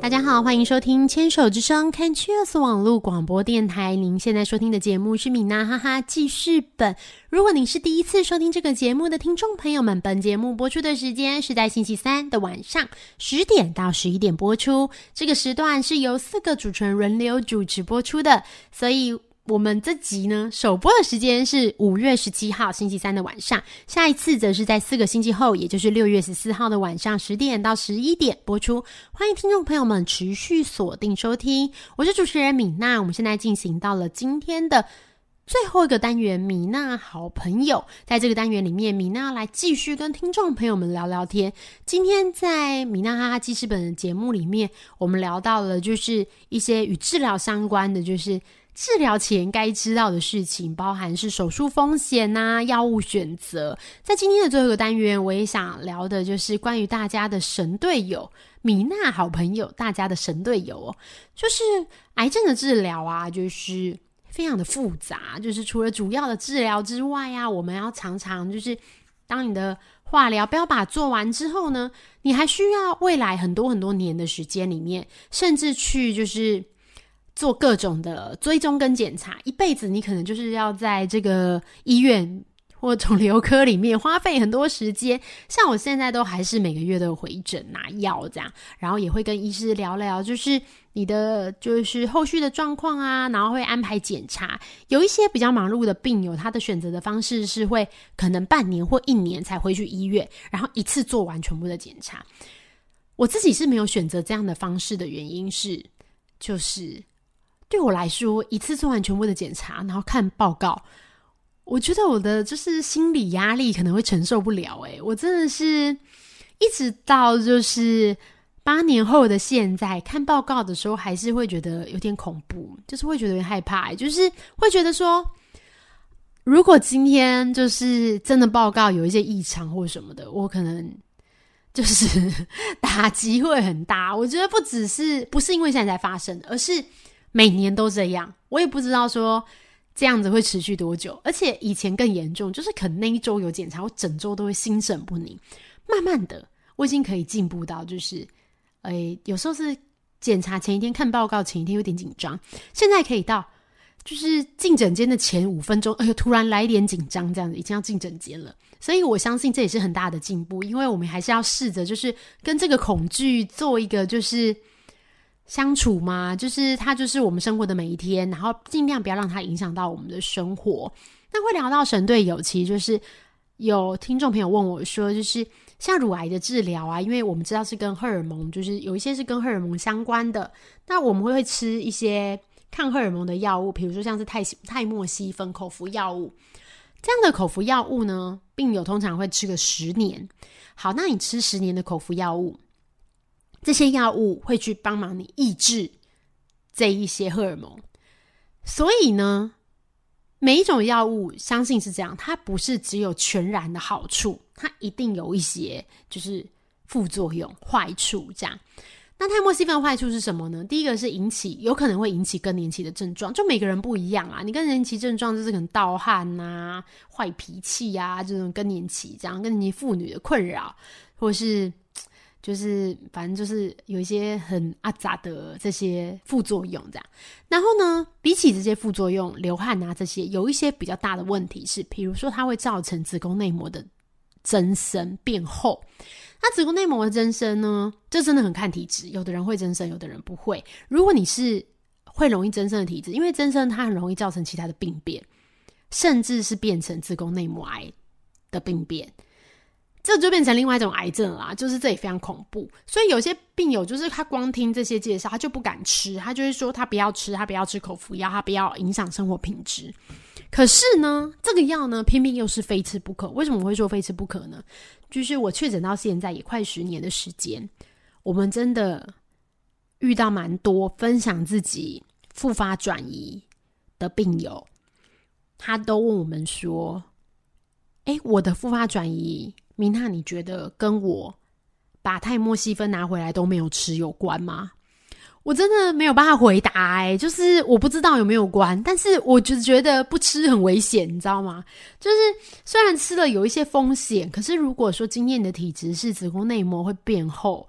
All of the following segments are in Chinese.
大家好，欢迎收听牵手之声 Can-Cheers 网络广播电台。您现在收听的节目是米娜哈哈记事本。如果您是第一次收听这个节目的听众朋友们，本节目播出的时间是在星期三的晚上10点到11点播出。这个时段是由4个主持人轮流主持播出的，所以我们这集呢，首播的时间是5月17号星期三的晚上，下一次则是在4个星期后，也就是6月14号的晚上10点到11点播出。欢迎听众朋友们持续锁定收听，我是主持人米娜。我们现在进行到了今天的最后一个单元，米娜好朋友。在这个单元里面，米娜来继续跟听众朋友们聊聊天。今天在米娜哈哈记事本的节目里面，我们聊到了就是一些与治疗相关的，就是治疗前该知道的事情，包含是手术风险啊、药物选择。在今天的最后一个单元，我也想聊的就是关于大家的神队友，米娜好朋友，大家的神队友哦，就是癌症的治疗啊，就是非常的复杂，就是除了主要的治疗之外啊，我们要常常就是当你的化疗不要把它做完之后呢，你还需要未来很多很多年的时间里面，甚至去就是做各种的追踪跟检查，一辈子你可能就是要在这个医院或肿瘤科里面花费很多时间。像我现在都还是每个月都有回诊拿药这样，然后也会跟医师聊聊就是你的就是后续的状况啊，然后会安排检查。有一些比较忙碌的病友，他的选择的方式是会可能半年或1年才回去医院，然后一次做完全部的检查。我自己是没有选择这样的方式的原因是，就是对我来说，一次做完全部的检查，然后看报告，我觉得我的就是心理压力可能会承受不了。我真的是一直到就是8年后的现在，看报告的时候还是会觉得有点恐怖，就是会觉得有点害怕，就是会觉得说，如果今天就是真的报告有一些异常或什么的，我可能就是打击会很大。我觉得不是因为现在才发生的，而是每年都这样，我也不知道说这样子会持续多久。而且以前更严重，就是可能那一周有检查，我整周都会心神不宁。慢慢的我已经可以进步到就是有时候是检查前一天看报告前一天有点紧张，现在可以到就是进诊间的前5分钟突然来一点紧张，这样子已经要进诊间了。所以我相信这也是很大的进步，因为我们还是要试着就是跟这个恐惧做一个就是相处嘛，就是它就是我们生活的每一天，然后尽量不要让它影响到我们的生活。那会聊到神队友，其实就是有听众朋友问我说，就是像乳癌的治疗啊，因为我们知道是跟荷尔蒙，就是有一些是跟荷尔蒙相关的，那我们会吃一些抗荷尔蒙的药物，比如说像是泰莫西芬口服药物。这样的口服药物呢，病友通常会吃个10年。好，那你吃10年的口服药物，这些药物会去帮忙你抑制这一些荷尔蒙。所以呢，每一种药物相信是这样，它不是只有全然的好处，它一定有一些就是副作用坏处这样。那泰莫西芬的坏处是什么呢？第一个是有可能会引起更年期的症状，就每个人不一样啊。你更年期症状就是可能盗汗啊、坏脾气啊，这种更年期这样更年期妇女的困扰，或是就是反正就是有一些很阿杂的这些副作用这样。然后呢，比起这些副作用，流汗啊这些，有一些比较大的问题是，比如说它会造成子宫内膜的增生变厚。那子宫内膜的增生呢，这真的很看体质，有的人会增生，有的人不会。如果你是会容易增生的体质，因为增生它很容易造成其他的病变，甚至是变成子宫内膜癌的病变，这就变成另外一种癌症啦，就是这也非常恐怖。所以有些病友就是他光听这些介绍，他就不敢吃，他就会说他不要吃口服药，他不要影响生活品质。可是呢，这个药呢，偏偏又是非吃不可。为什么我会说非吃不可呢？就是我确诊到现在也快10年的时间，我们真的遇到蛮多分享自己复发转移的病友，他都问我们说，我的复发转移，米娜你觉得跟我把泰莫西芬拿回来都没有吃有关吗？我真的没有办法回答就是我不知道有没有关，但是我就觉得不吃很危险，你知道吗？就是虽然吃了有一些风险，可是如果说今天你的体质是子宫内膜会变厚，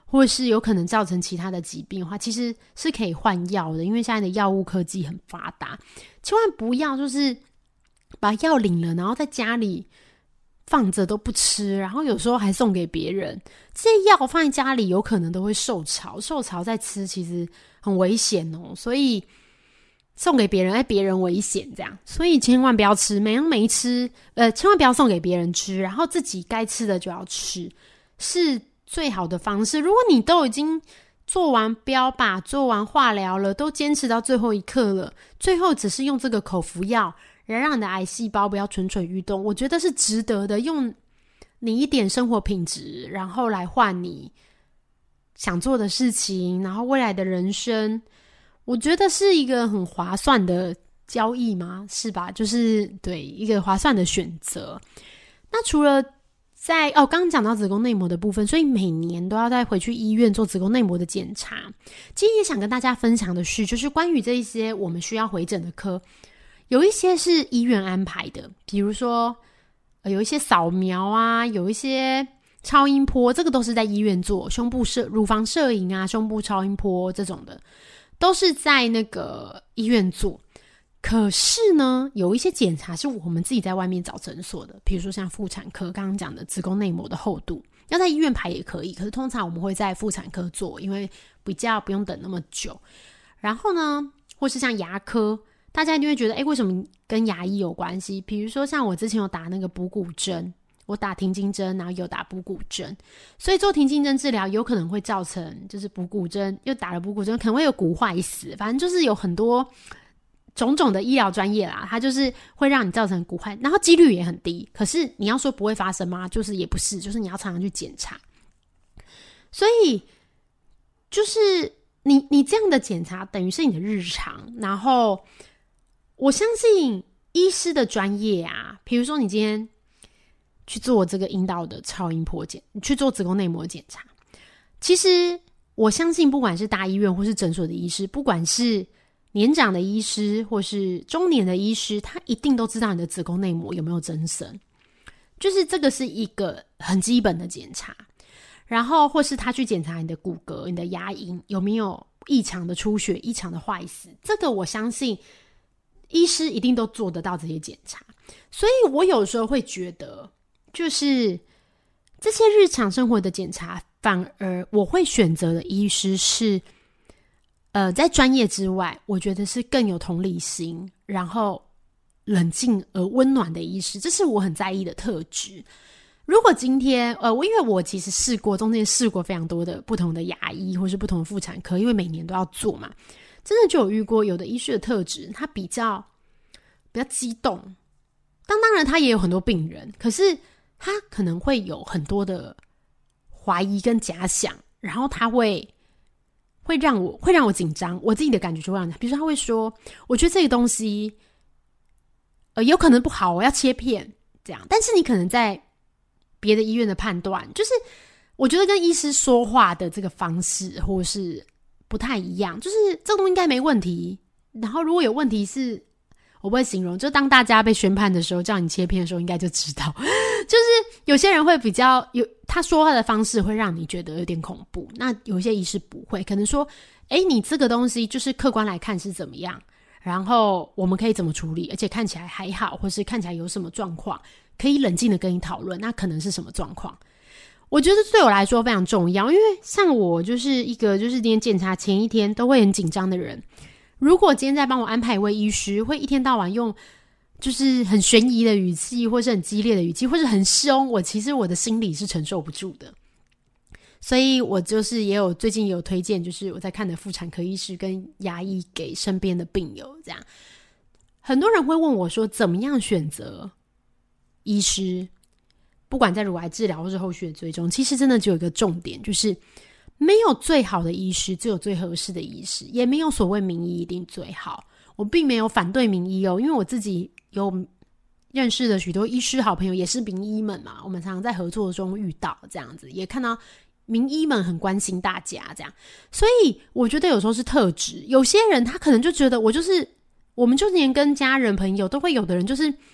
或是有可能造成其他的疾病的话，其实是可以换药的，因为现在的药物科技很发达。千万不要就是把药领了，然后在家里放着都不吃，然后有时候还送给别人。这些药放在家里有可能都会受潮再吃其实很危险哦，所以送给别人别人危险这样，所以千万不要吃，没吃千万不要送给别人吃，然后自己该吃的就要吃，是最好的方式。如果你都已经做完标靶做完化疗了，都坚持到最后一刻了，最后只是用这个口服药来让你的癌细胞不要蠢蠢欲动，我觉得是值得的，用你一点生活品质然后来换你想做的事情，然后未来的人生，我觉得是一个很划算的交易嘛，是吧？就是对一个划算的选择。那除了在刚刚讲到子宫内膜的部分，所以每年都要再回去医院做子宫内膜的检查。今天也想跟大家分享的是，就是关于这一些我们需要回诊的科，有一些是医院安排的，比如说有一些扫描啊，有一些超音波，这个都是在医院做，乳房摄影啊，胸部超音波这种的都是在那个医院做。可是呢，有一些检查是我们自己在外面找诊所的，比如说像妇产科刚刚讲的子宫内膜的厚度，要在医院排也可以，可是通常我们会在妇产科做，因为比较不用等那么久。然后呢，或是像牙科，大家一定会觉得为什么跟牙医有关系？比如说像我之前有打那个补骨针，我打停经针，然后有打补骨针，所以做停经针治疗有可能会造成就是补骨针又打了补骨针可能会有骨坏死，反正就是有很多种种的医疗专业啦，它就是会让你造成骨坏，然后几率也很低。可是你要说不会发生吗？就是也不是，就是你要常常去检查。所以就是你这样的检查等于是你的日常，然后我相信医师的专业啊，比如说你今天去做这个阴道的超音波去做子宫内膜检查，其实我相信不管是大医院或是诊所的医师，不管是年长的医师或是中年的医师，他一定都知道你的子宫内膜有没有增生，就是这个是一个很基本的检查。然后或是他去检查你的骨骼、你的牙龈有没有异常的出血、异常的坏死，这个我相信医师一定都做得到这些检查。所以我有时候会觉得，就是这些日常生活的检查，反而我会选择的医师是在专业之外，我觉得是更有同理心，然后冷静而温暖的医师，这是我很在意的特质。如果今天因为我其实中间试过非常多的不同的牙医或是不同的妇产科，因为每年都要做嘛，真的就有遇过有的医师的特质，他比较激动，当然他也有很多病人，可是他可能会有很多的怀疑跟假想，然后他会让我紧张，我自己的感觉就会让，比如说他会说，我觉得这个东西有可能不好，我要切片这样，但是你可能在别的医院的判断，就是我觉得跟医师说话的这个方式或是不太一样，就是这个东西应该没问题，然后如果有问题是我不会形容，就当大家被宣判的时候叫你切片的时候应该就知道就是有些人会比较他说话的方式会让你觉得有点恐怖，那有些医师不会，可能说你这个东西就是客观来看是怎么样，然后我们可以怎么处理，而且看起来还好，或是看起来有什么状况可以冷静的跟你讨论，那可能是什么状况。我觉得对我来说非常重要，因为像我就是一个就是今天检查前一天都会很紧张的人，如果今天在帮我安排一位医师会一天到晚用就是很悬疑的语气或是很激烈的语气或是很凶，其实我的心理是承受不住的。所以我就是最近也有推荐，就是我在看的妇产科医师跟牙医给身边的病友这样。很多人会问我说怎么样选择医师，不管在乳癌治疗或是后续的追踪，其实真的只有一个重点，就是没有最好的医师，只有最合适的医师，也没有所谓名医一定最好。我并没有反对名医因为我自己有认识的许多医师好朋友也是名医们嘛，我们常常在合作中遇到这样子，也看到名医们很关心大家这样。所以我觉得有时候是特质，有些人他可能就觉得我们就连跟家人朋友都会，有的人就是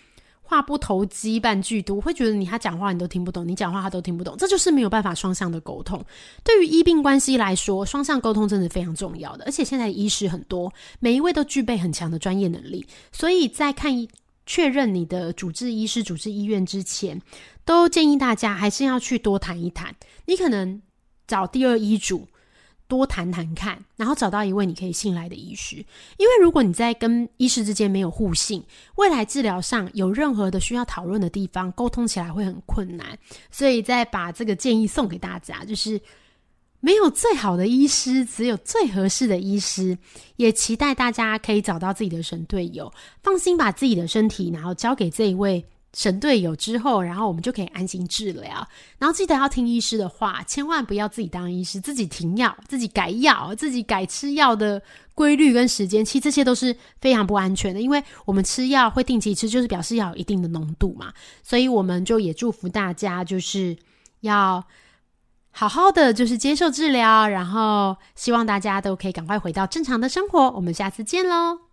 话不投机半句多，会觉得他讲话你都听不懂，你讲话他都听不懂，这就是没有办法双向的沟通。对于医病关系来说，双向沟通真的非常重要的，而且现在的医师很多，每一位都具备很强的专业能力，所以在确认你的主治医师、主治医院之前，都建议大家还是要去多谈一谈。你可能找第二医嘱多谈谈看，然后找到一位你可以信赖的医师。因为如果你在跟医师之间没有互信，未来治疗上有任何的需要讨论的地方，沟通起来会很困难。所以再把这个建议送给大家，就是没有最好的医师，只有最合适的医师。也期待大家可以找到自己的神队友，放心把自己的身体然后交给这一位神队友之后，然后我们就可以安心治疗。然后记得要听医师的话，千万不要自己当医师，自己停药，自己改药，自己改吃药的规律跟时间。其实这些都是非常不安全的，因为我们吃药会定期吃，就是表示要有一定的浓度嘛。所以我们就也祝福大家，就是要好好的就是接受治疗，然后希望大家都可以赶快回到正常的生活。我们下次见咯。